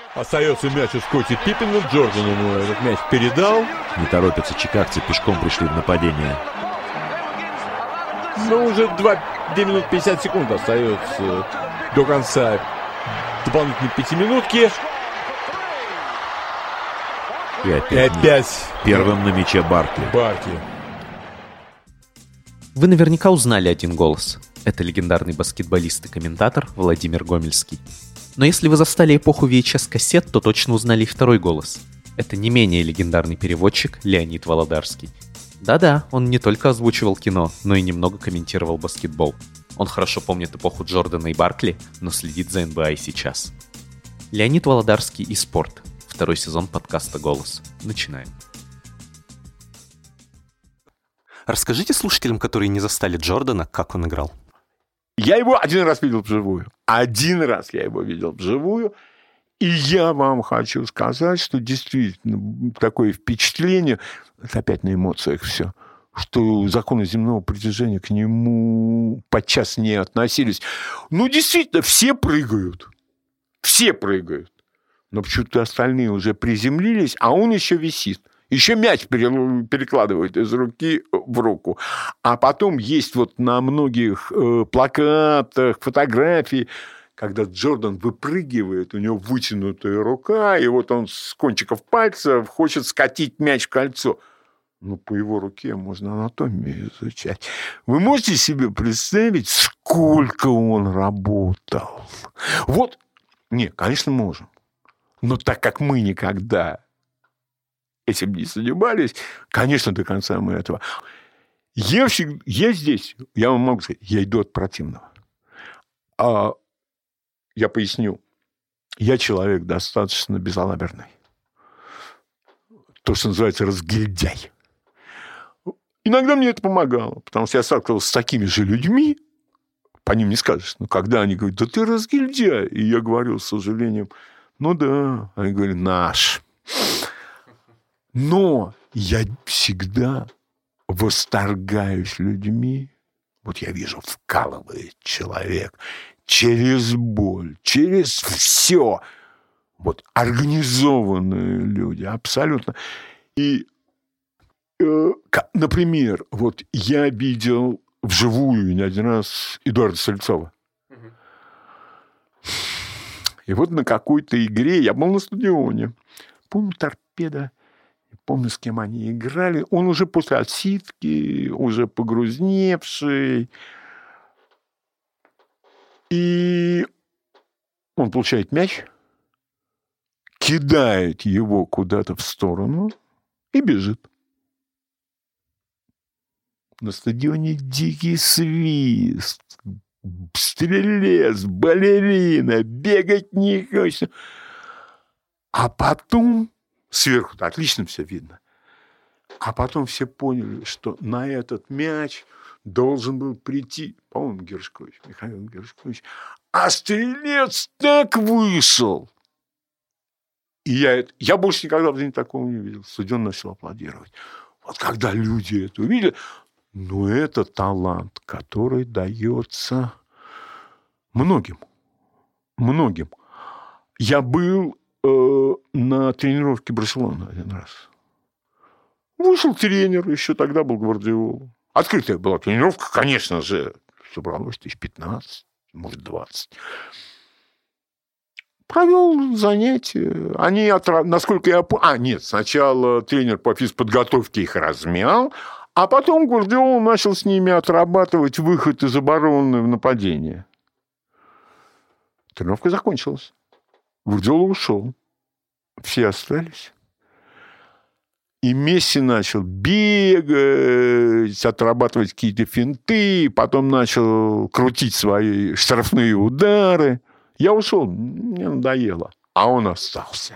Остается мяч у Скотти Пиппина. Джордан ему этот мяч передал. Не торопятся чикагцы, пешком пришли в нападение. Ну, уже 2 минут 50 секунд остается до конца дополнительной 5-минутки. И опять первым на мяче Баркли. Вы наверняка узнали один голос. Это легендарный баскетболист и комментатор Владимир Гомельский. Но если вы застали эпоху VHS-кассет, то точно узнали и второй голос. Это не менее легендарный переводчик Леонид Володарский. Да-да, он не только озвучивал кино, но и немного комментировал баскетбол. Он хорошо помнит эпоху Джордана и Баркли, но следит за НБА и сейчас. Леонид Володарский и спорт. Второй сезон подкаста «Голос». Начинаем. Расскажите слушателям, которые не застали Джордана, как он играл. Я его один раз видел вживую. Один раз я его видел вживую. И я вам хочу сказать, что действительно такое впечатление, это опять на эмоциях все, что законы земного притяжения к нему подчас не относились. Ну, действительно, все прыгают. Все прыгают. Но почему-то остальные уже приземлились, а он еще висит. Еще мяч перекладывает из руки в руку. А потом есть вот на многих плакатах, фотографии, когда Джордан выпрыгивает, у него вытянутая рука, и вот он с кончиков пальцев хочет скатить мяч в кольцо. Ну, по его руке можно анатомию изучать. Вы можете себе представить, сколько он работал? Вот, нет, конечно, можем. Но так как мы никогда этим не занимались, конечно, до конца мы этого... Я здесь, я вам могу сказать, я иду от противного. Я поясню. Я человек достаточно безалаберный. То, что называется разгильдяй. Иногда мне это помогало, потому что я сталкивался с такими же людьми, по ним не скажешь, но когда они говорят, да ты разгильдяй, и я говорил с сожалением, ну да, они говорят, наш. Но я всегда восторгаюсь людьми. Вот я вижу, вкалывает человек через боль, через все. Вот организованные люди, абсолютно. И, например, вот я видел вживую не один раз Эдуарда Стрельцова. И вот на какой-то игре, я был на стадионе, помню, «Торпедо», помню, с кем они играли. Он уже после отсидки, уже погрузневший. И он получает мяч, кидает его куда-то в сторону и бежит. На стадионе дикий свист, стрелец, балерина, бегать не хочется. А потом... Сверху-то отлично все видно. А потом все поняли, что на этот мяч должен был прийти, по-моему, Гершкович, Михаил Гершкович. А стрелец так вышел. И я больше никогда в жизни такого не видел. Стадион начал аплодировать. Вот когда люди это увидели, ну, это талант, который дается многим. Многим. Я был на тренировке Барселоны один раз. Вышел тренер, еще тогда был Гвардиола. Открытая была тренировка, конечно же. Собралось 15, может, 20. Провел занятия. Они, насколько я понял... нет, сначала тренер по физподготовке их размял, а потом Гвардиола начал с ними отрабатывать выход из обороны в нападение. Тренировка закончилась. Гвардиола ушел. Все остались. И Месси начал бегать, отрабатывать какие-то финты, потом начал крутить свои штрафные удары. Я ушел, мне надоело. А он остался.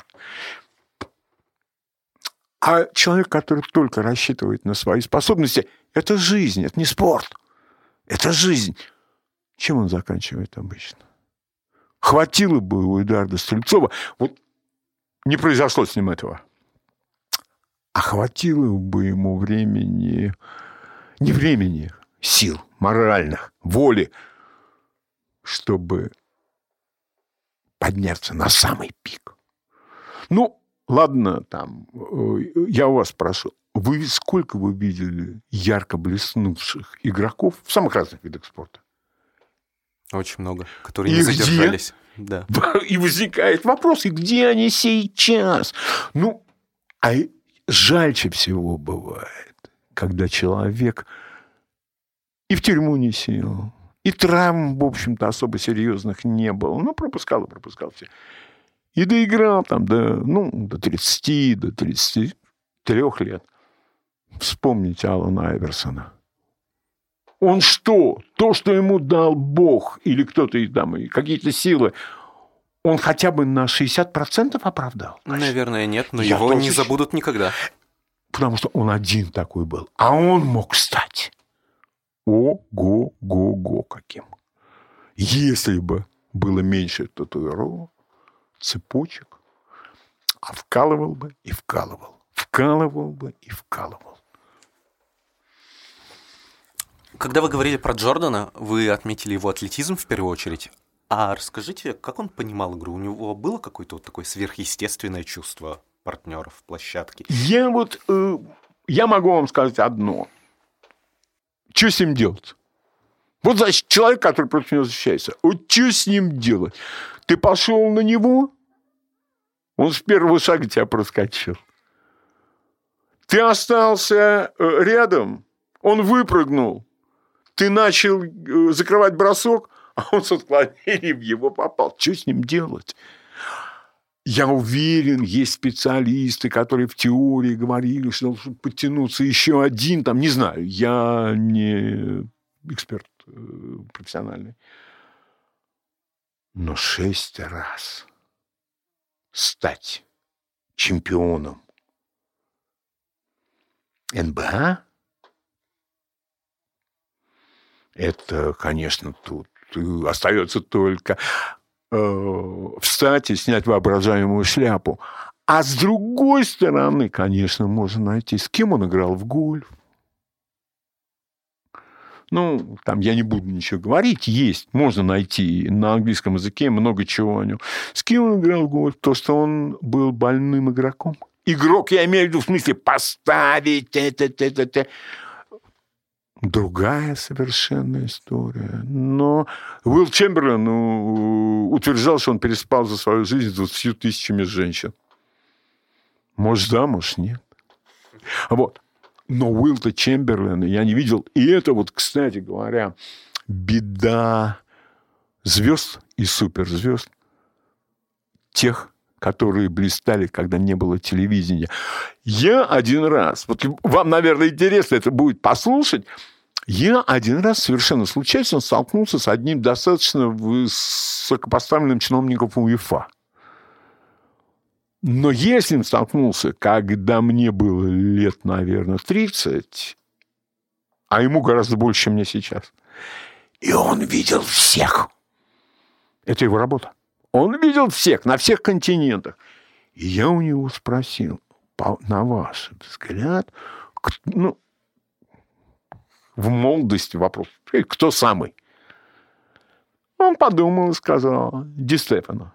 А человек, который только рассчитывает на свои способности, это жизнь, это не спорт. Это жизнь. Чем он заканчивает обычно? Хватило бы у Эдуарда Стрельцова, вот не произошло с ним этого, а хватило бы ему времени, не времени, сил моральных, воли, чтобы подняться на самый пик. Ну, ладно, там, я у вас спрошу. Сколько вы видели ярко блеснувших игроков в самых разных видах спорта? Очень много, которые не задержались. Да. И возникает вопрос, и где они сейчас? Ну, а жальче всего бывает, когда человек и в тюрьму не сел, и травм, в общем-то, особо серьезных не было. Ну, пропускал все. И доиграл там до 30, до 33 лет. Вспомните Алана Айверсона. Он что? То, что ему дал Бог или кто-то там, какие-то силы, он хотя бы на 60% оправдал? Наверное, нет, но его не забудут никогда. Потому что он один такой был. А он мог стать ого-го-го каким. Если бы было меньше татуировок, цепочек, а вкалывал бы и вкалывал. Вкалывал бы и вкалывал. Когда вы говорили про Джордана, вы отметили его атлетизм в первую очередь. А расскажите, как он понимал игру? У него было какое-то вот такое сверхъестественное чувство партнеров, площадки? Я могу вам сказать одно. Что с ним делать? Вот, значит, человек, который против него защищается. Вот что с ним делать? Ты пошел на него, он с первого шага тебя проскочил. Ты остался рядом, он выпрыгнул. Ты начал закрывать бросок, а он с отклонением в его попал. Что с ним делать? Я уверен, есть специалисты, которые в теории говорили, что должен подтянуться еще один, там, не знаю, я не эксперт профессиональный. Но 6 раз стать чемпионом НБА, это, конечно, тут остается только встать и снять воображаемую шляпу. А с другой стороны, конечно, можно найти, с кем он играл в гольф. Ну, там я не буду ничего говорить. Есть, можно найти на английском языке много чего о нем. С кем он играл в гольф? То, что он был больным игроком. Игрок, я имею в виду в смысле поставить это. Другая совершенно история. Но Уилл Чемберлен утверждал, что он переспал за свою жизнь с 20 тысячами женщин. Может, да, может, нет. Вот. Но Уилла Чемберлена я не видел. И это вот, кстати говоря, беда звезд и суперзвезд. Тех, которые блистали, когда не было телевидения. Я один раз, вот вам, наверное, интересно это будет послушать, я один раз совершенно случайно столкнулся с одним достаточно высокопоставленным чиновником УЕФА. Но я с ним столкнулся, когда мне было лет, наверное, 30, а ему гораздо больше, чем мне сейчас. И он видел всех. Это его работа. Он видел всех, на всех континентах. И я у него спросил, на ваш взгляд, в молодости вопрос, кто самый? Он подумал и сказал, Ди Стефано.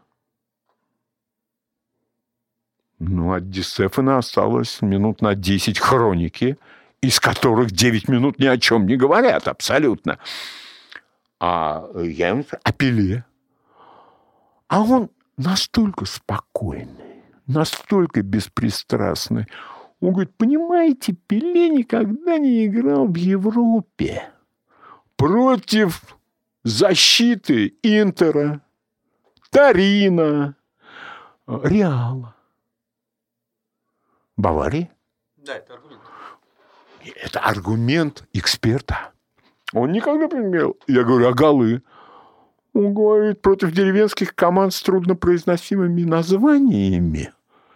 Ну, от Ди Стефано осталось минут на 10 хроники, из которых 9 минут ни о чем не говорят абсолютно. А я ему сказал, Пеле. А он настолько спокойный, настолько беспристрастный. Он говорит, понимаете, Пеле никогда не играл в Европе против защиты Интера, Торино, Реала. Баварии? Да, это аргумент. Это аргумент эксперта. Он никогда не играл. Я говорю, а голы? Он говорит, против деревенских команд с труднопроизносимыми названиями.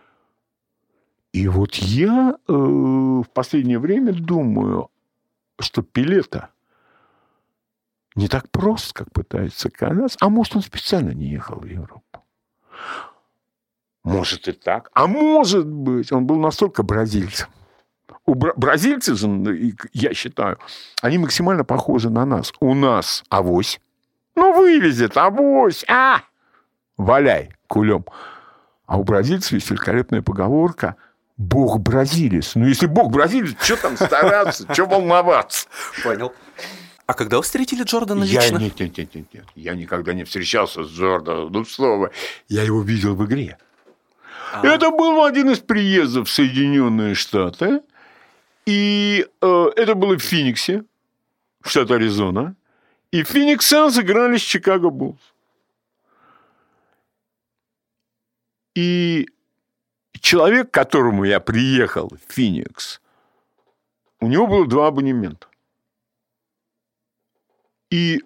И вот я в последнее время думаю, что Пеле-то не так прост, как пытается казаться. А может, он специально не ехал в Европу. Может и так. А может быть, он был настолько бразильцем. Бразильцы же, я считаю, они максимально похожи на нас. У нас авось. Ну, вывезет авось. Валяй кулем. А у бразильцев есть великолепная поговорка «Бог бразилец». Ну, если Бог бразилец, что там стараться, что волноваться? Понял. А когда вы встретили Джордана Я лично? нет. Я никогда не встречался с Джорданом. Ну, слово, я его видел в игре. Это был один из приездов в Соединенные Штаты. И это было в Фениксе, штат Аризона. И Феникс Санс играли с Чикаго Буллс. И человек, к которому я приехал в Феникс, у него было 2 абонемента. И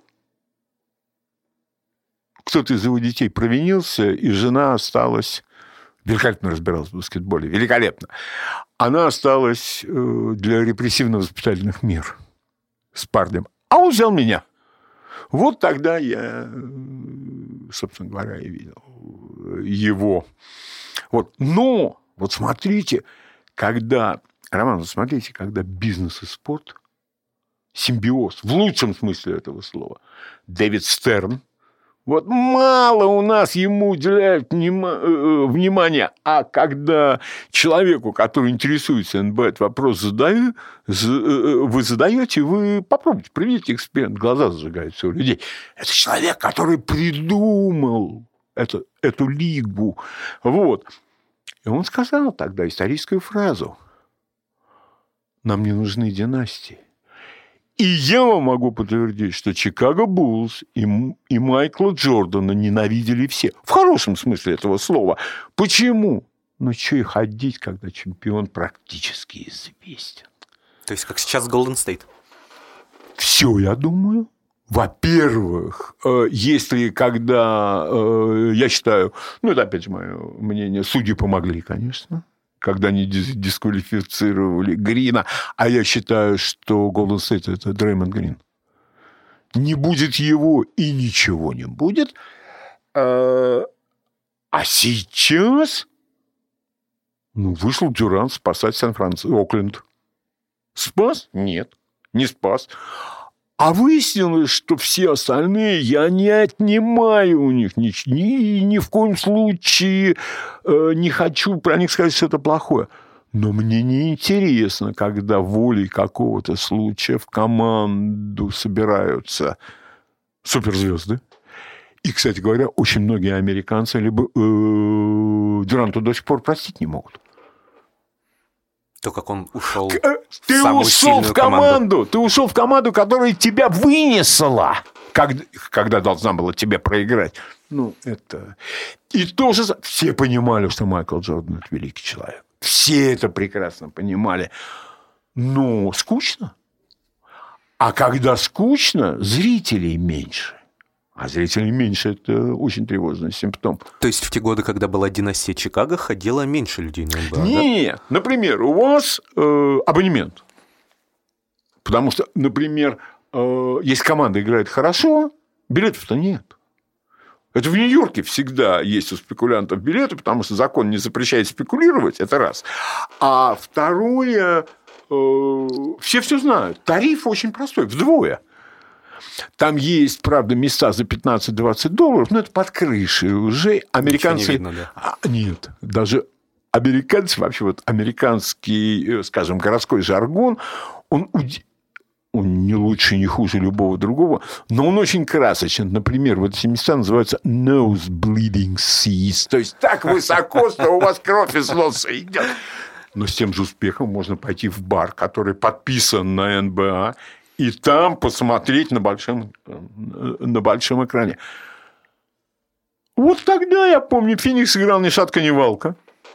кто-то из его детей провинился, и жена осталась... Великолепно разбиралась в баскетболе. Великолепно. Она осталась для репрессивно-воспитательных мер с парнем. А он взял меня. Вот тогда я, собственно говоря, и видел его. Вот. Но, вот смотрите, когда... Роман, вот смотрите, когда бизнес и спорт, симбиоз, в лучшем смысле этого слова, Дэвид Стерн, вот мало у нас ему уделяют внимания, а когда человеку, который интересуется НБА, этот вопрос вы задаете, вы попробуйте, приведите эксперимент, глаза зажигаются у людей. Это человек, который придумал эту лигу. Вот. И он сказал тогда историческую фразу: «Нам не нужны династии». И я вам могу подтвердить, что Чикаго Буллс и Майкла Джордана ненавидели все. В хорошем смысле этого слова. Почему? Ну, что и ходить, когда чемпион практически известен. То есть, как сейчас Golden State? Все, я думаю. Во-первых, если когда, я считаю, ну, это опять же мое мнение, судьи помогли, конечно, когда они дисквалифицировали Грина, а я считаю, что Golden State – это Дреймонд Грин. Не будет его, и ничего не будет. А сейчас вышел Дюрант спасать Окленд. Спас? Нет, не спас. А выяснилось, что все остальные я не отнимаю у них ни в коем случае не хочу про них сказать что-то плохое. Но мне не интересно, когда волей какого-то случая в команду собираются суперзвезды. И, кстати говоря, очень многие американцы либо Дюранту до сих пор простить не могут. То, как он ушел Ты ушел в команду. Ты ушел в команду, которая тебя вынесла, когда должна была тебе проиграть. Ну, это... И тоже все понимали, что Майкл Джордан – это великий человек. Все это прекрасно понимали. Но скучно. А когда скучно, зрителей меньше. А зрителей меньше – это очень тревожный симптом. То есть в те годы, когда была династия Чикаго, ходило меньше людей на НБА? Нет. Да? Например, у вас абонемент. Потому что, например, если команда играет хорошо, билетов-то нет. Это в Нью-Йорке всегда есть у спекулянтов билеты, потому что закон не запрещает спекулировать, это раз. А второе, все знают. Тариф очень простой, вдвое. Там есть, правда, места за $15-20, но это под крышей уже. Американцы... Ничего не видно, да? Нет, даже американцы, вообще вот американский, скажем, городской жаргон, он не лучше, не хуже любого другого, но он очень красочен. Например, вот эти места называются nose bleeding seats, то есть так высоко, что у вас кровь из носа идет. Но с тем же успехом можно пойти в бар, который подписан на НБА, и там посмотреть на большом экране. Вот тогда, я помню, Феникс играл ни шатка, ни валка.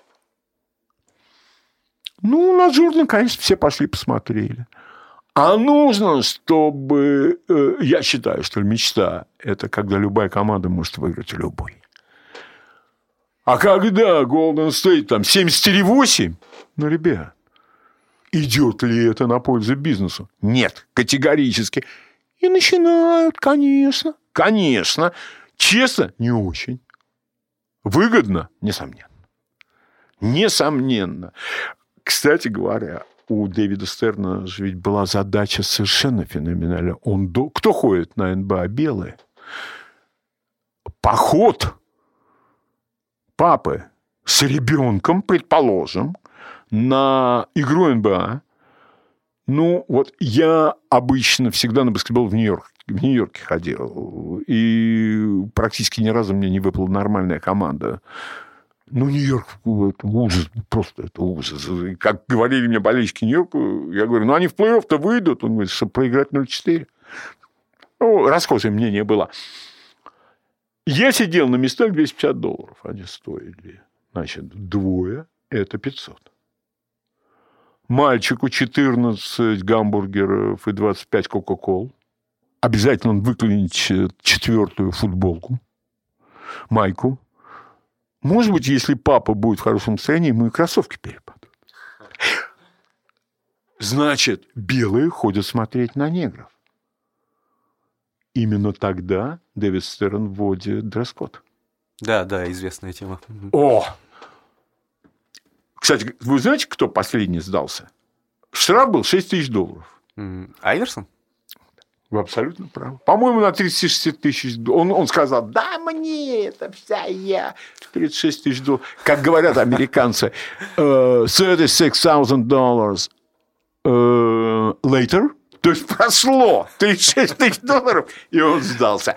Ну, на Джордана, конечно, все пошли посмотрели. А нужно, чтобы... Я считаю, что мечта – это когда любая команда может выиграть любой. А когда Golden State там 74-8, ну, ребят, идет ли это на пользу бизнесу? Нет, категорически. И начинают, конечно. Честно, не очень. Выгодно, несомненно. Несомненно. Кстати говоря, у Дэвида Стерна же ведь была задача совершенно феноменальная. Кто ходит на НБА? Белые. Поход папы с ребенком, предположим, на игру НБА. Ну, вот я обычно всегда на баскетбол в Нью-Йорке ходил. И практически ни разу мне не выпала нормальная команда. Ну, Нью-Йорк – это ужас, просто это ужас. И как говорили мне болельщики Нью-Йорка, я говорю, ну, они в плей-офф-то выйдут. Он говорит, чтобы проиграть 0-4. Ну, расхожее мнение было. Я сидел на местах $250, они стоили. Значит, двое – это 500. Мальчику 14 гамбургеров и 25 кока-кол. Обязательно он выклинит 4-ю футболку, майку. Может быть, если папа будет в хорошем состоянии, ему и кроссовки перепадут. Значит, белые ходят смотреть на негров. Именно тогда Дэвид Стерн вводит дресс-код. Да, известная тема. О! Кстати, вы знаете, кто последний сдался? Штраф был $6 000. Айверсон? Вы абсолютно правы. По-моему, на 36 000 он сказал, да мне это вся я. $36 000. Как говорят американцы, $36,000 later. То есть прошло $36 000, и он сдался.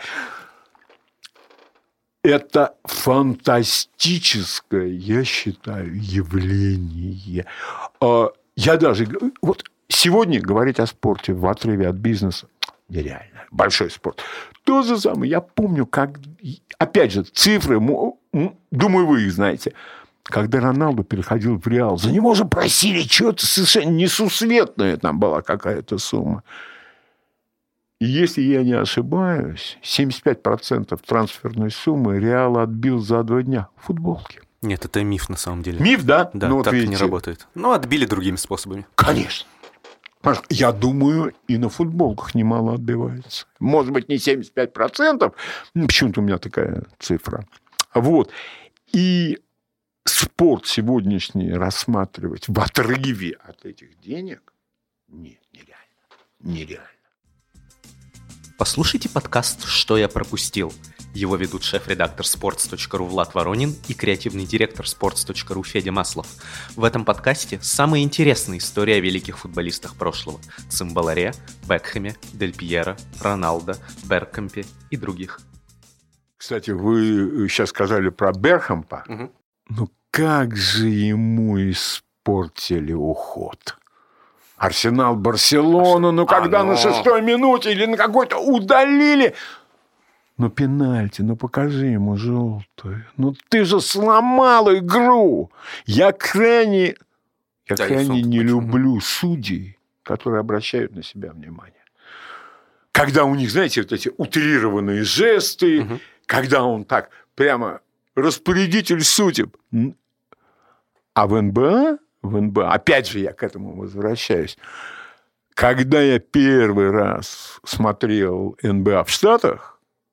Это фантастическое, я считаю, явление. Я даже... Вот сегодня говорить о спорте в отрыве от бизнеса нереально. Большой спорт. То же самое. Я помню, как... Опять же, цифры, думаю, вы их знаете. Когда Роналду переходил в Реал, за него же просили что-то совершенно несусветное. Там была какая-то сумма. И если я не ошибаюсь, 75% трансферной суммы Реал отбил за 2 дня в футболке. Нет, это миф на самом деле. Миф, да? Да, ну, так вот не работает. Ну, отбили другими способами. Конечно. Я думаю, и на футболках немало отбивается. Может быть, не 75%. Почему-то у меня такая цифра. Вот. И спорт сегодняшний рассматривать в отрыве от этих денег нет, нереально. Послушайте подкаст «Что я пропустил». Его ведут шеф-редактор sports.ru Влад Воронин и креативный директор sports.ru Федя Маслов. В этом подкасте самые интересные истории о великих футболистах прошлого – Цимбаларе, Бекхэме, Дель Пьеро, Роналдо, Беркампе и других. Кстати, вы сейчас сказали про Беркампа. Угу. Ну, как же ему испортили уход. Арсенал, Барселону, ну, когда на 6-й минуте или на какой-то удалили... Ну, пенальти, ну, покажи ему желтую. Ну, ты же сломал игру. Я крайне не люблю судей, которые обращают на себя внимание. Когда у них, знаете, вот эти утрированные жесты, когда он так прямо распорядитель судеб. А в НБА, опять же я к этому возвращаюсь, когда я первый раз смотрел НБА в Штатах,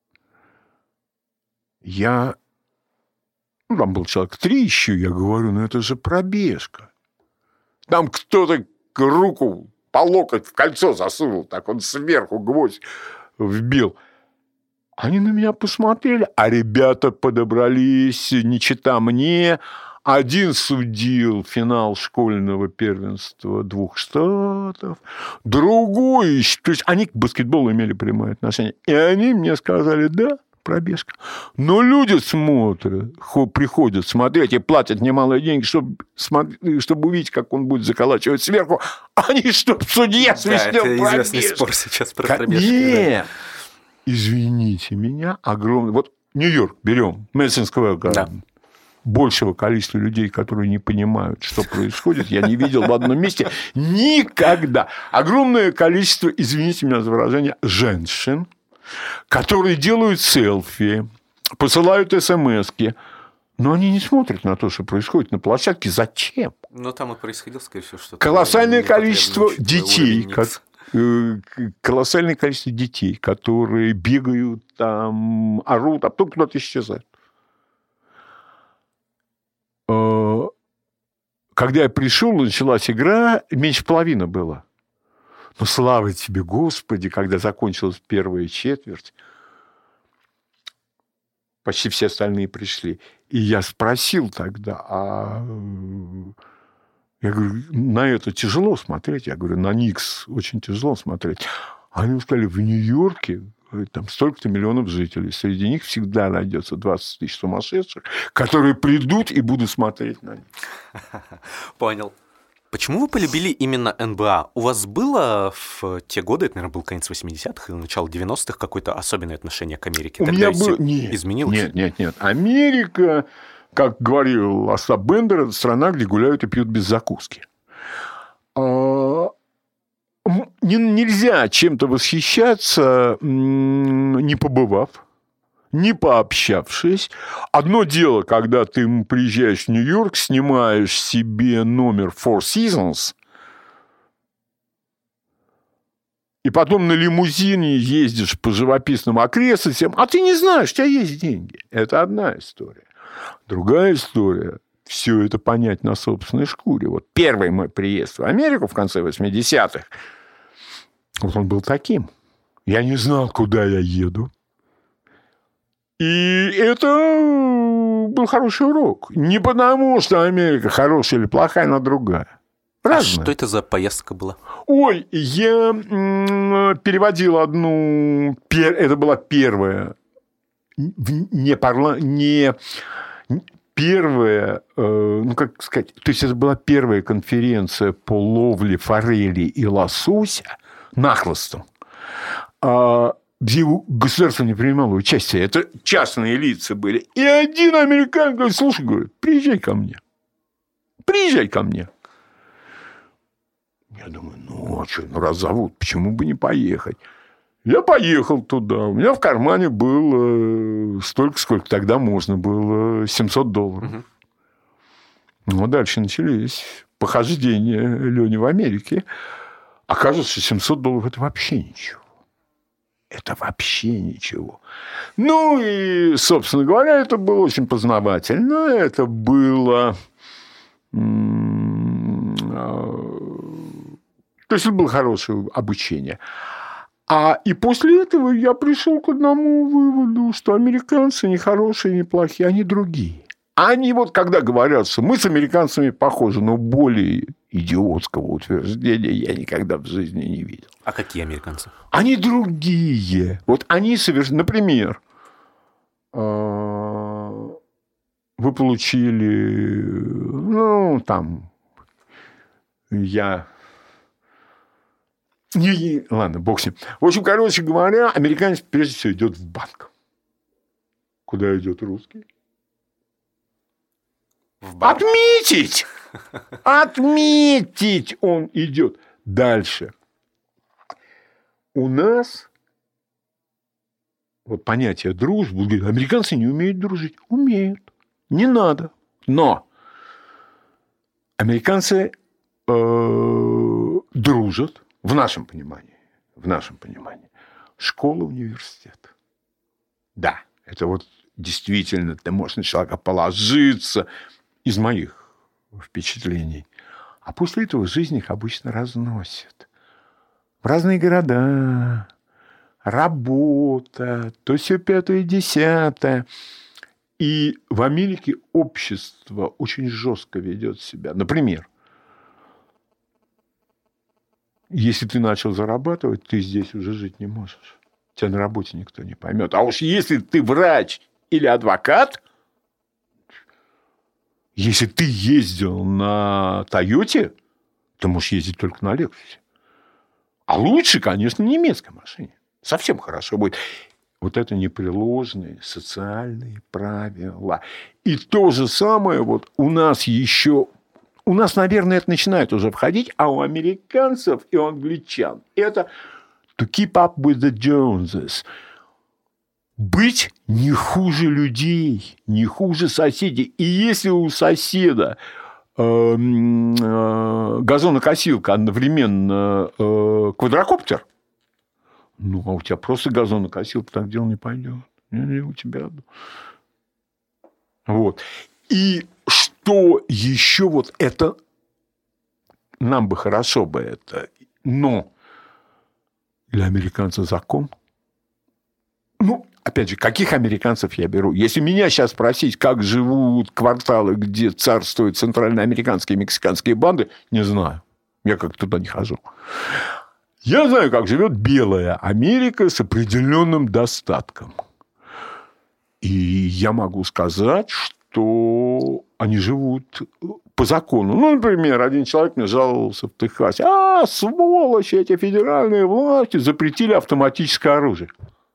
там был человек 3 еще, я говорю, ну это же пробежка. Там кто-то руку по локоть в кольцо засунул, так он сверху гвоздь вбил. Они на меня посмотрели, а ребята подобрались, не чета мне. Один судил финал школьного первенства 2 штатов, другой... То есть они к баскетболу имели прямое отношение. И они мне сказали, да, пробежка. Но люди смотрят, приходят смотреть и платят немалые деньги, чтобы увидеть, как он будет заколачивать сверху. Они что, судья свистел пробежку? Это известный спор сейчас про пробежку. Нет. Да. Извините меня, огромный... Вот Нью-Йорк берем, Мэдисон Сквер Гарден. Большего количества людей, которые не понимают, что происходит, я не видел в одном месте никогда. Огромное количество, извините меня за выражение, женщин, которые делают селфи, посылают смс-ки, но они не смотрят на то, что происходит на площадке. Зачем? Но там и происходило, скорее всего, что-то... Колоссальное количество детей, которые бегают там, орут, а потом куда-то исчезают. Когда я пришел, началась игра, меньше половины было. Но слава тебе, Господи, когда закончилась первая четверть, почти все остальные пришли. И я спросил тогда, я говорю, на это тяжело смотреть? Я говорю, на Никс очень тяжело смотреть. Они сказали, в Нью-Йорке там столько-то миллионов жителей. Среди них всегда найдется 20 тысяч сумасшедших, которые придут и будут смотреть на них. Понял. Почему вы полюбили именно НБА? У вас было в те годы, это, наверное, был конец 80-х и начало 90-х, какое-то особенное отношение к Америке? У меня было... Изменилось? Нет. Америка, как говорил Остап Бендер, это страна, где гуляют и пьют без закуски. Нельзя чем-то восхищаться, не побывав, не пообщавшись. Одно дело, когда ты приезжаешь в Нью-Йорк, снимаешь себе номер Four Seasons, и потом на лимузине ездишь по живописным окрестностям, а ты не знаешь, у тебя есть деньги. Это одна история. Другая история – все это понять на собственной шкуре. Вот первый мой приезд в Америку в конце 80-х, вот он был таким. Я не знал, куда я еду. И это был хороший урок. Не потому, что Америка хорошая или плохая, она другая. Разная. А что это за поездка была? Ой, я переводил одну... Это была первая... Первая... Ну, как сказать... То есть, это была первая конференция по ловле форели и лосося нахлыстом. Где государство не принимало участия. Это частные лица были. И один американец говорит, слушай, говорит, приезжай ко мне. Приезжай ко мне. Я думаю, раз зовут, почему бы не поехать? Я поехал туда. У меня в кармане было столько, сколько тогда можно было, $700. Угу. Ну, а дальше начались похождения Лёни в Америке. Оказывается, что $700 – это вообще ничего. Это вообще ничего. Ну, и, собственно говоря, это было очень познавательно. Это было... То есть, это было хорошее обучение. И после этого я пришел к одному выводу, что американцы не хорошие, не плохие, они другие. Они вот, когда говорят, что мы с американцами похожи, но более идиотского утверждения я никогда в жизни не видел. А какие американцы? Они другие. Вот они совершенно... Например, вы получили... Ну, там... Ладно, бог с ним. В общем, короче говоря, американец прежде всего идет в банк. Куда идет русский? В бар. Отметить! Отметить он идет. Дальше. У нас вот понятие дружбы. Американцы не умеют дружить. Умеют. Не надо. Но американцы дружат. В нашем понимании. Школа, университет. Да, это вот действительно ты можешь на человека положиться из моих впечатлений. А после этого жизнь их обычно разносит. В разные города. Работа. То все 5-е, 10-е. И в Америке общество очень жестко ведет себя. Например, если ты начал зарабатывать, ты здесь уже жить не можешь. Тебя на работе никто не поймет. А уж если ты врач или адвокат, если ты ездил на Тойоте, ты можешь ездить только на Лексусе. А лучше, конечно, на немецкой машине. Совсем хорошо будет. Вот это непреложные социальные правила. И то же самое вот у нас еще... У нас, наверное, это начинает уже входить, а у американцев и у англичан это to keep up with the Joneses. Быть не хуже людей, не хуже соседей. И если у соседа газонокосилка одновременно квадрокоптер, ну, а у тебя просто газонокосилка, так дело не пойдет. Не у тебя. Вот. И что еще вот это... Нам бы хорошо бы это... Но для американца закон... Ну, опять же, каких американцев я беру? Если меня сейчас спросить, как живут кварталы, где царствуют центральноамериканские и мексиканские банды, не знаю. Я как-то туда не хожу. Я знаю, как живет белая Америка с определенным достатком. И я могу сказать, что они живут по закону. Ну, например, один человек мне жаловался в Техасе. Сволочи, эти федеральные власти запретили автоматическое оружие.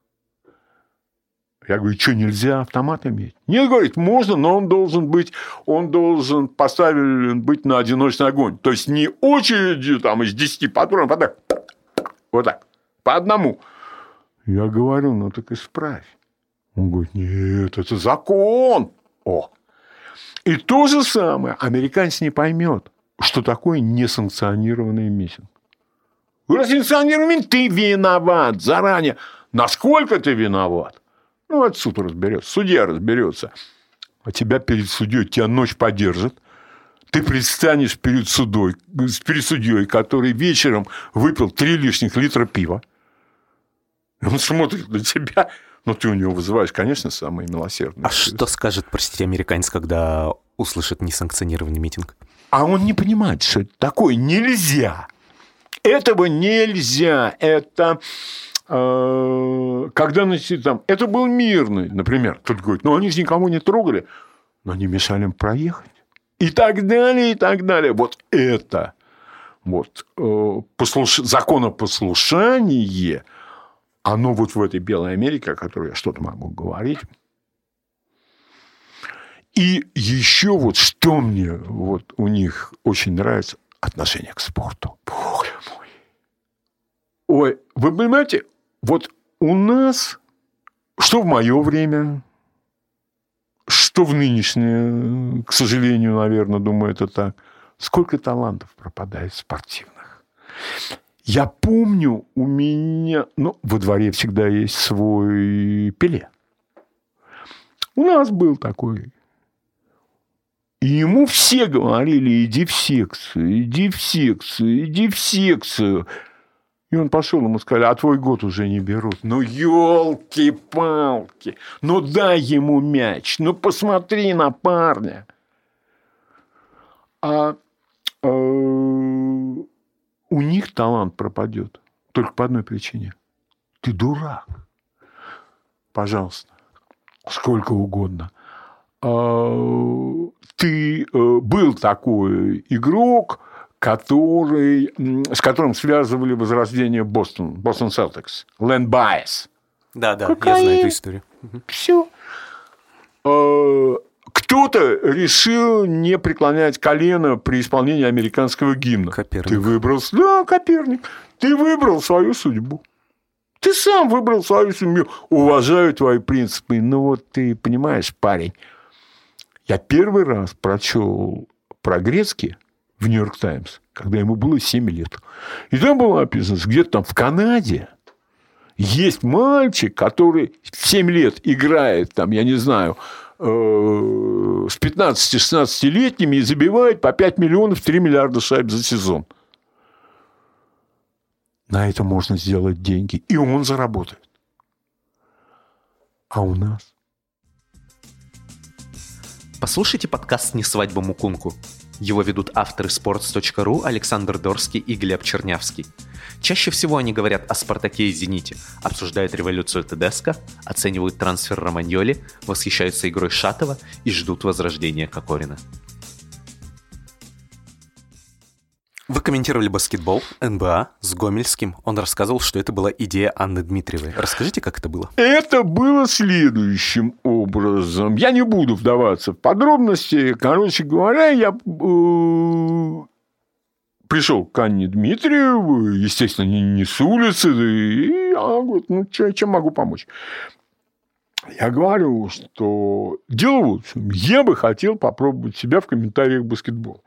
Я говорю, что, нельзя автомат иметь? Нет, говорит, можно, но он должен быть поставлен быть на одиночный огонь. То есть, не очередью там, из 10 патронов, а так, вот так, по одному. Я говорю, ну, так исправь. Он говорит, нет, это закон. И то же самое. Американец не поймет, что такое несанкционированный митинг. Раз несанкционированный митинг, ты виноват заранее. Насколько ты виноват? Ну, это суд разберется, судья разберется. А тебя перед судьей, тебя ночь подержат. Ты предстанешь перед судьей, который вечером выпил 3 лишних литра пива. И он смотрит на тебя. Ну, ты у него вызываешь, конечно, самые милосердные. А что скажет, простите, американец, когда услышит несанкционированный митинг? А он не понимает, что это такое. Нельзя. Этого нельзя. Это... Когда там, это был мирный, например, кто-то говорит, ну, они же никому не трогали, но они мешали им проехать. И так далее, и так далее. Вот это законопослушание, оно вот в этой белой Америке, о которой я что-то могу говорить. И еще вот что мне вот у них очень нравится, отношение к спорту. Боже мой. Ой, вы понимаете, вот у нас, что в мое время, что в нынешнее, к сожалению, наверное, думаю, это так, сколько талантов пропадает спортивных. Я помню, у меня... Ну, во дворе всегда есть свой Пеле. У нас был такой. И ему все говорили, иди в секцию, иди в секцию, иди в секцию. И он пошел, ему сказали, а твой год уже не берут. Ну, елки-палки, ну, дай ему мяч, ну, посмотри на парня. У них талант пропадет только по одной причине. Ты дурак. Пожалуйста. Сколько угодно. Ты был такой игрок, с которым связывали возрождение Бостон Селтикс. Лэн Байес. Да, я знаю эту историю. Все. Кто-то решил не преклонять колено при исполнении американского гимна. Коперник. Ты выбрал... Да, Коперник. Ты выбрал свою судьбу. Ты сам выбрал свою судьбу. Уважаю твои принципы. Ну, вот ты понимаешь, парень. Я первый раз прочел про Грецки в «Нью-Йорк Таймс», когда ему было 7 лет. И там было написано, где-то там в Канаде есть мальчик, который в 7 лет играет, там, я не знаю, с 15-16-летними и забивает по 5 миллионов 3 миллиарда шайб за сезон. На это можно сделать деньги. И он заработает. А у нас? Послушайте подкаст «Не свадьба Мукунку». Его ведут авторы sports.ru Александр Дорский и Глеб Чернявский. Чаще всего они говорят о «Спартаке» и «Зените», обсуждают революцию Тедеско, оценивают трансфер Романьоли, восхищаются игрой Шатова и ждут возрождения Кокорина. Вы комментировали баскетбол, НБА с Гомельским. Он рассказывал, что это была идея Анны Дмитриевой. Расскажите, как это было? Это было следующим образом. Я не буду вдаваться в подробности. Короче говоря, я пришел к Анне Дмитриевой, естественно, не с улицы, и она говорит, ну, чем могу помочь? Я говорю, что дело вот в чем. Я бы хотел попробовать себя в комментариях баскетбола.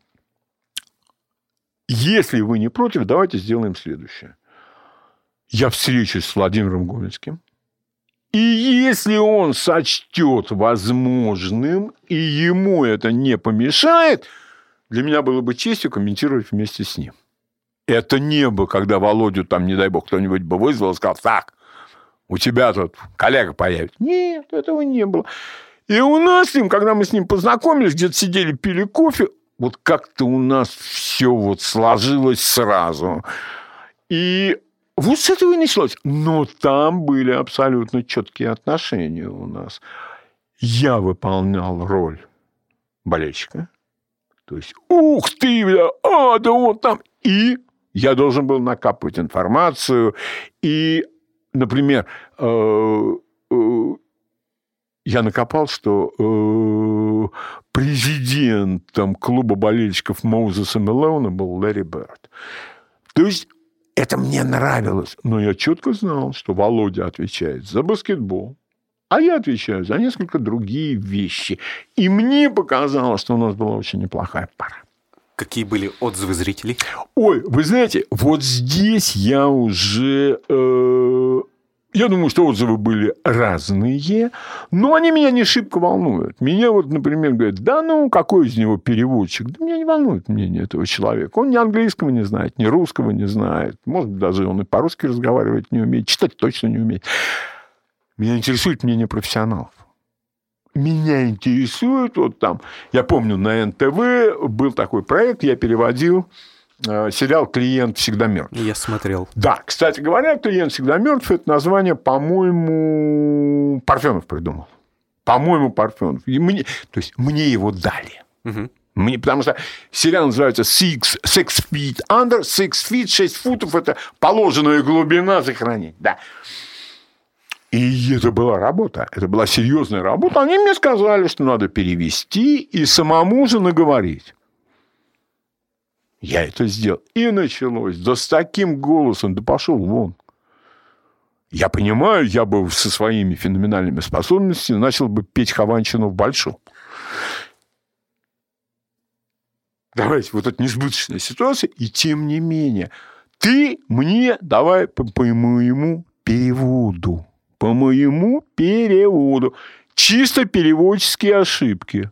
Если вы не против, давайте сделаем следующее. Я встречусь с Владимиром Гомельским. И если он сочтет возможным, и ему это не помешает, для меня было бы честью комментировать вместе с ним. Это не было, когда Володю, там, не дай бог, кто-нибудь бы вызвал и сказал, так, у тебя тут коллега появится. Нет, этого не было. И у нас с ним, когда мы с ним познакомились, где-то сидели, пили кофе, вот как-то у нас все вот сложилось сразу. И вот с этого и началось. Но там были абсолютно четкие отношения у нас. Я выполнял роль болельщика. То есть, ух ты, да вот там. И я должен был накапывать информацию. И, например, я накопал, что президентом клуба болельщиков Моузеса Мэлоуна был Ларри Бёрд. То есть, это мне нравилось. Но я четко знал, что Володя отвечает за баскетбол, а я отвечаю за несколько другие вещи. И мне показалось, что у нас была очень неплохая пара. Какие были отзывы зрителей? Ой, вы знаете, вот здесь я уже... Я думаю, что отзывы были разные, но они меня не шибко волнуют. Меня вот, например, говорят, да ну, какой из него переводчик? Да меня не волнует мнение этого человека. Он ни английского не знает, ни русского не знает. Может быть, даже он и по-русски разговаривать не умеет, читать точно не умеет. Меня интересует мнение профессионалов. Меня интересует вот там... Я помню, на НТВ был такой проект, я переводил сериал «Клиент всегда мертв». Я смотрел. Да, кстати говоря, «Клиент всегда мертв» – это название, по-моему, Парфенов придумал. По-моему, Парфенов. То есть, мне его дали. Угу. Потому что сериал называется «Six Feet Under». 6 feet, 6 футов – это положенная глубина сохранить. Да. И это была работа. Это была серьезная работа. Они мне сказали, что надо перевести и самому же наговорить. Я это сделал. И началось. Да с таким голосом. Да пошел вон. Я понимаю, я бы со своими феноменальными способностями начал бы петь Хованщину в большом. Давайте, вот это несбыточная ситуация. И тем не менее, ты мне давай по моему переводу. По моему переводу. Чисто переводческие ошибки.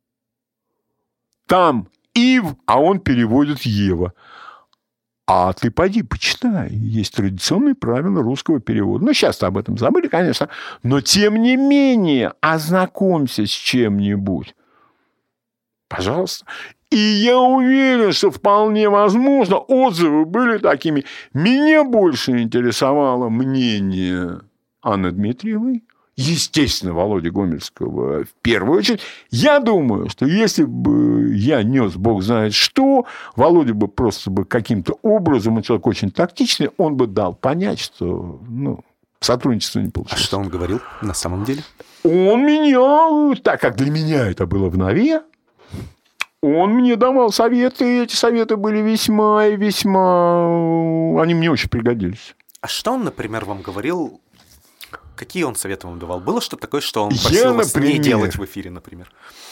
Там Ив, а он переводит Ева. А ты пойди почитай. Есть традиционные правила русского перевода. Ну, сейчас-то об этом забыли, конечно. Но, тем не менее, ознакомься с чем-нибудь. Пожалуйста. И я уверен, что вполне возможно, отзывы были такими. Меня больше интересовало мнение Анны Дмитриевой. Естественно, Володи Гомельского в первую очередь. Я думаю, что если бы я нес бог знает что, Володя бы просто бы каким-то образом, он человек очень тактичный, он бы дал понять, что сотрудничество не получилось. А что он говорил на самом деле? Он меня, так как для меня это было в нове, он мне давал советы, и эти советы были весьма и весьма... Они мне очень пригодились. А что он, например, вам говорил... Какие он советы вам давал? Было что-то такое, что он просил вас не делать в эфире, например?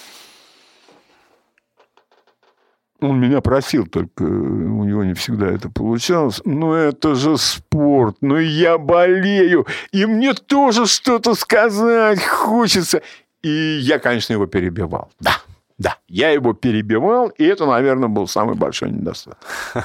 Он меня просил, только у него не всегда это получалось. Но это же спорт, я болею, и мне тоже что-то сказать хочется. И я, конечно, его перебивал. Да, я его перебивал, и это, наверное, был самый большой недостаток.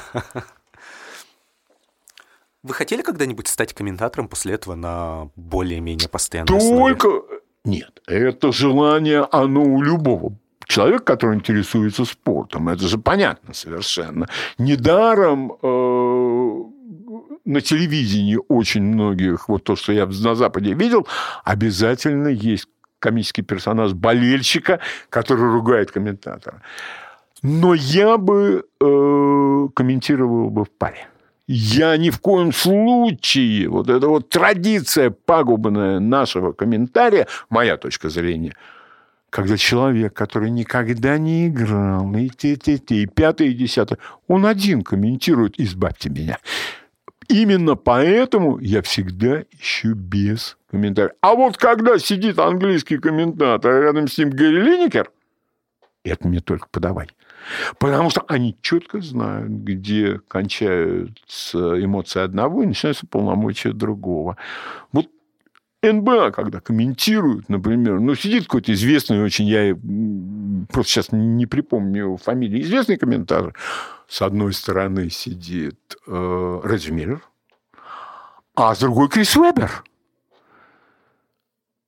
Вы хотели когда-нибудь стать комментатором после этого на более-менее постоянной основе? Нет, это желание, оно у любого человека, который интересуется спортом. Это же понятно совершенно. Недаром на телевидении очень многих, вот то, что я на Западе видел, обязательно есть комический персонаж болельщика, который ругает комментатора. Но я бы комментировал бы в паре. Я ни в коем случае, вот эта вот традиция пагубная нашего комментария, моя точка зрения, когда человек, который никогда не играл, и пятое, и десятое, он один комментирует, избавьте меня. Именно поэтому я всегда ищу без комментариев. А вот когда сидит английский комментатор, а рядом с ним Гэри Линекер, это мне только подавай. Потому что они четко знают, где кончаются эмоции одного и начинаются полномочия другого. Вот НБА, когда комментируют, например, сидит какой-то известный очень, я просто сейчас не припомню фамилии, известный комментатор. С одной стороны сидит Реджи Миллер, а с другой Крис Уэббер.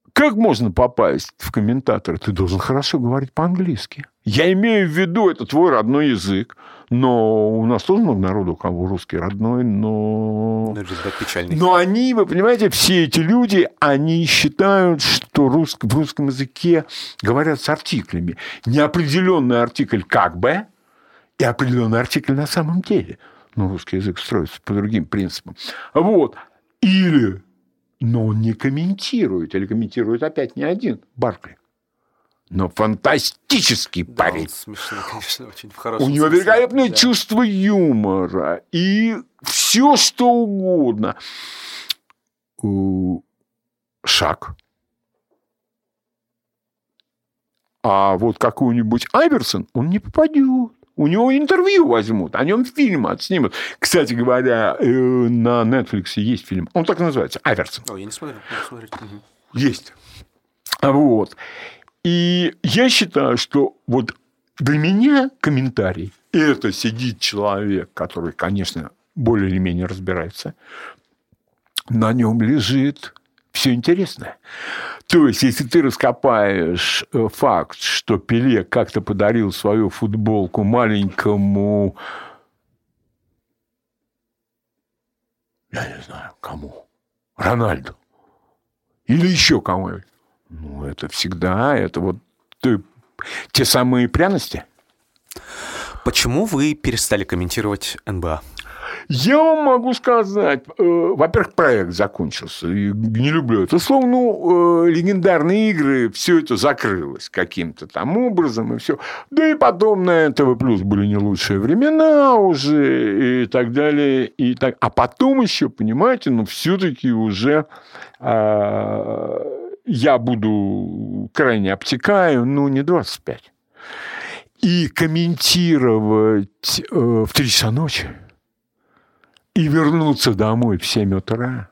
как можно попасть в комментаторы? Ты должен хорошо говорить по-английски. Я имею в виду, это твой родной язык. Но у нас тоже много народу, у кого русский родной, но... Результат печальный. Но они, вы понимаете, все эти люди, они считают, что в русском языке говорят с артиклями. Неопределенный артикль как бы и определенный артикль на самом деле. Но русский язык строится по другим принципам. Вот. Или... Но он не комментирует. Или комментирует опять не один. Баркли. Но фантастический парень. Он смешной, конечно, очень в хорошем У него смысле. великолепное чувство юмора. И все, что угодно. Шаг. А вот какой-нибудь Айверсон, он не попадет. У него интервью возьмут, о нем фильм отснимут. Кстати говоря, на Netflix есть фильм. Он так и называется. Айверсон. О, я не смотрел. Угу. Есть. Вот. И я считаю, что вот для меня комментарий – это сидит человек, который, конечно, более или менее разбирается. На нем лежит все интересное. То есть, если ты раскопаешь факт, что Пеле как-то подарил свою футболку маленькому, я не знаю, кому, Рональду или еще кому-нибудь, ну, это всегда, это вот те самые пряности. Почему вы перестали комментировать НБА? Я вам могу сказать, во-первых, проект закончился. И не люблю это слово. Ну, легендарные игры, все это закрылось каким-то там образом, и все. Да и потом на НТВ Плюс были не лучшие времена уже, и так далее. И так. А потом еще, понимаете, ну, все-таки уже я буду крайне обтекаю, ну, не 25. И комментировать в 3 часа ночи и вернуться домой в 7 утра.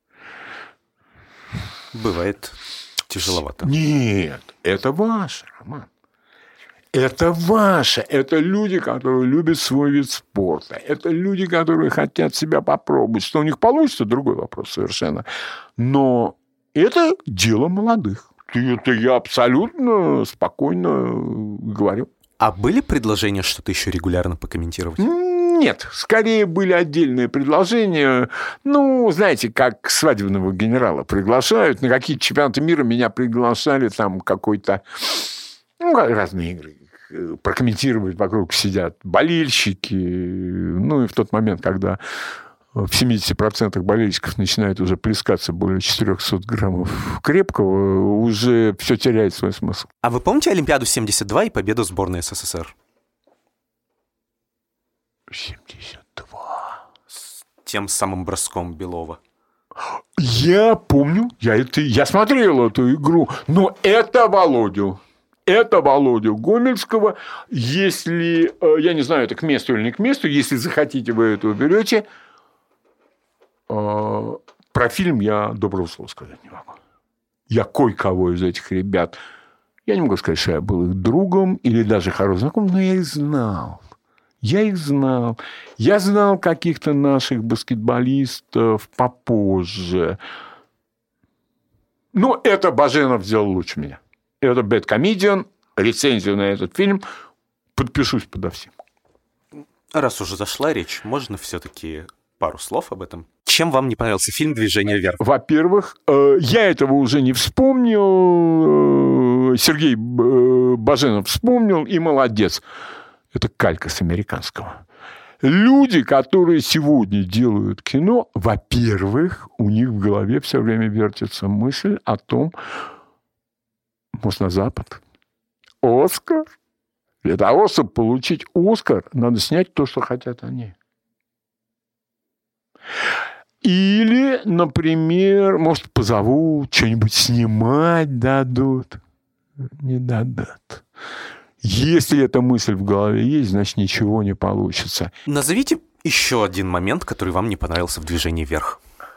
Бывает тяжеловато. Нет, это ваше, Роман. Это ваше. Это люди, которые любят свой вид спорта. Это люди, которые хотят себя попробовать. Что у них получится, другой вопрос совершенно. Но это дело молодых. Это я абсолютно спокойно говорю. А были предложения что-то еще регулярно покомментировать? Нет, скорее были отдельные предложения. Ну, знаете, как свадебного генерала приглашают. На какие-то чемпионаты мира меня приглашали, там какой-то... Ну, разные игры. Прокомментировать вокруг сидят болельщики. Ну, и в тот момент, когда в 70% болельщиков начинает уже плескаться более 400 граммов крепкого, уже все теряет свой смысл. А вы помните Олимпиаду 72 и победу сборной СССР? 72. С тем самым броском Белова. Я помню, я смотрел эту игру, но это Володю Гомельского. Если, я не знаю, это к месту или не к месту, если захотите, вы это уберете. Про фильм я доброго слова сказать не могу. Я кое-кого из этих ребят, я не могу сказать, что я был их другом или даже хорошим знакомым, но я их знал. Я знал каких-то наших баскетболистов попозже. Но это Баженов сделал лучше меня. Это Bad Comedian, рецензию на этот фильм. Подпишусь подо всем. Раз уже зашла речь, можно все-таки пару слов об этом? Чем вам не понравился фильм «Движение вверх»? Во-первых, я этого уже не вспомнил. Сергей Баженов вспомнил, и молодец. Это калька с американского. Люди, которые сегодня делают кино, во-первых, у них в голове все время вертится мысль о том, может, на Запад. Оскар. Для того, чтобы получить Оскар, надо снять то, что хотят они. Или, например, может, позовут, что-нибудь снимать дадут. Не дадут. Если эта мысль в голове есть, значит, ничего не получится. Назовите еще один момент, который вам не понравился в «Движении вверх».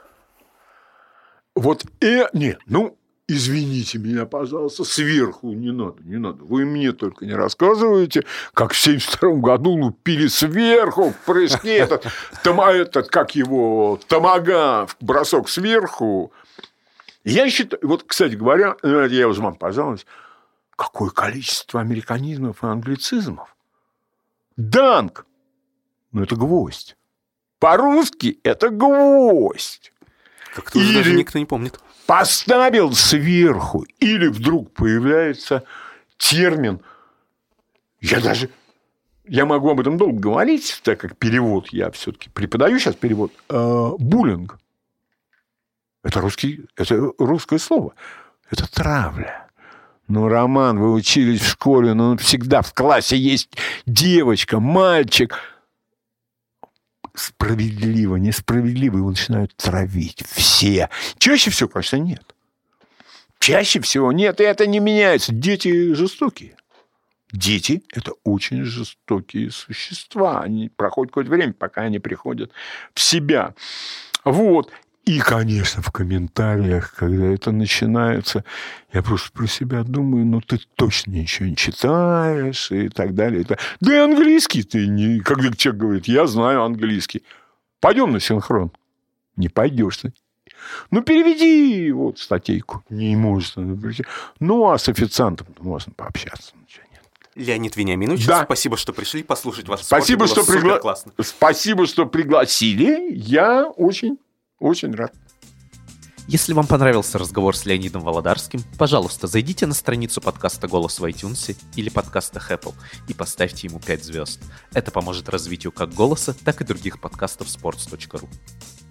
Вот, нет, ну, извините меня, пожалуйста, сверху не надо. Вы мне только не рассказываете, как в 1972 году лупили сверху в прыжке этот, как его, томагавк, бросок сверху. Я считаю, вот, кстати говоря, я уже вам пожалуйста, какое количество американизмов и англицизмов. Данк. Ну, это гвоздь. По-русски это гвоздь. Как-то уже даже никто не помнит. Поставил сверху. Или вдруг появляется термин. Я могу об этом долго говорить, так как перевод, я все-таки преподаю сейчас перевод. Буллинг. Это русское слово. Это травля. Ну, Роман, вы учились в школе, но всегда в классе есть девочка, мальчик. Справедливо, несправедливо, его начинают травить все. Чаще всего, конечно, нет. Чаще всего нет, и это не меняется. Дети жестокие. Дети – это очень жестокие существа. Они проходят какое-то время, пока они приходят в себя. Вот. И, конечно, в комментариях, когда это начинается, я просто про себя думаю, ну, ты точно ничего не читаешь и так далее. Да и английский ты не... Когда человек говорит, я знаю английский. Пойдем на синхрон. Не пойдешь ты. Ну, переведи вот статейку. Не можно. Ну, а с официантом можно пообщаться. Ничего нет. Леонид Вениаминович, да. Спасибо, что пришли послушать вас. Спасибо, что пригласили. Я очень рад. Если вам понравился разговор с Леонидом Володарским, пожалуйста, зайдите на страницу подкаста «Голос» в iTunes или подкастах Apple и поставьте ему 5 звезд. Это поможет развитию как «Голоса», так и других подкастов sports.ru.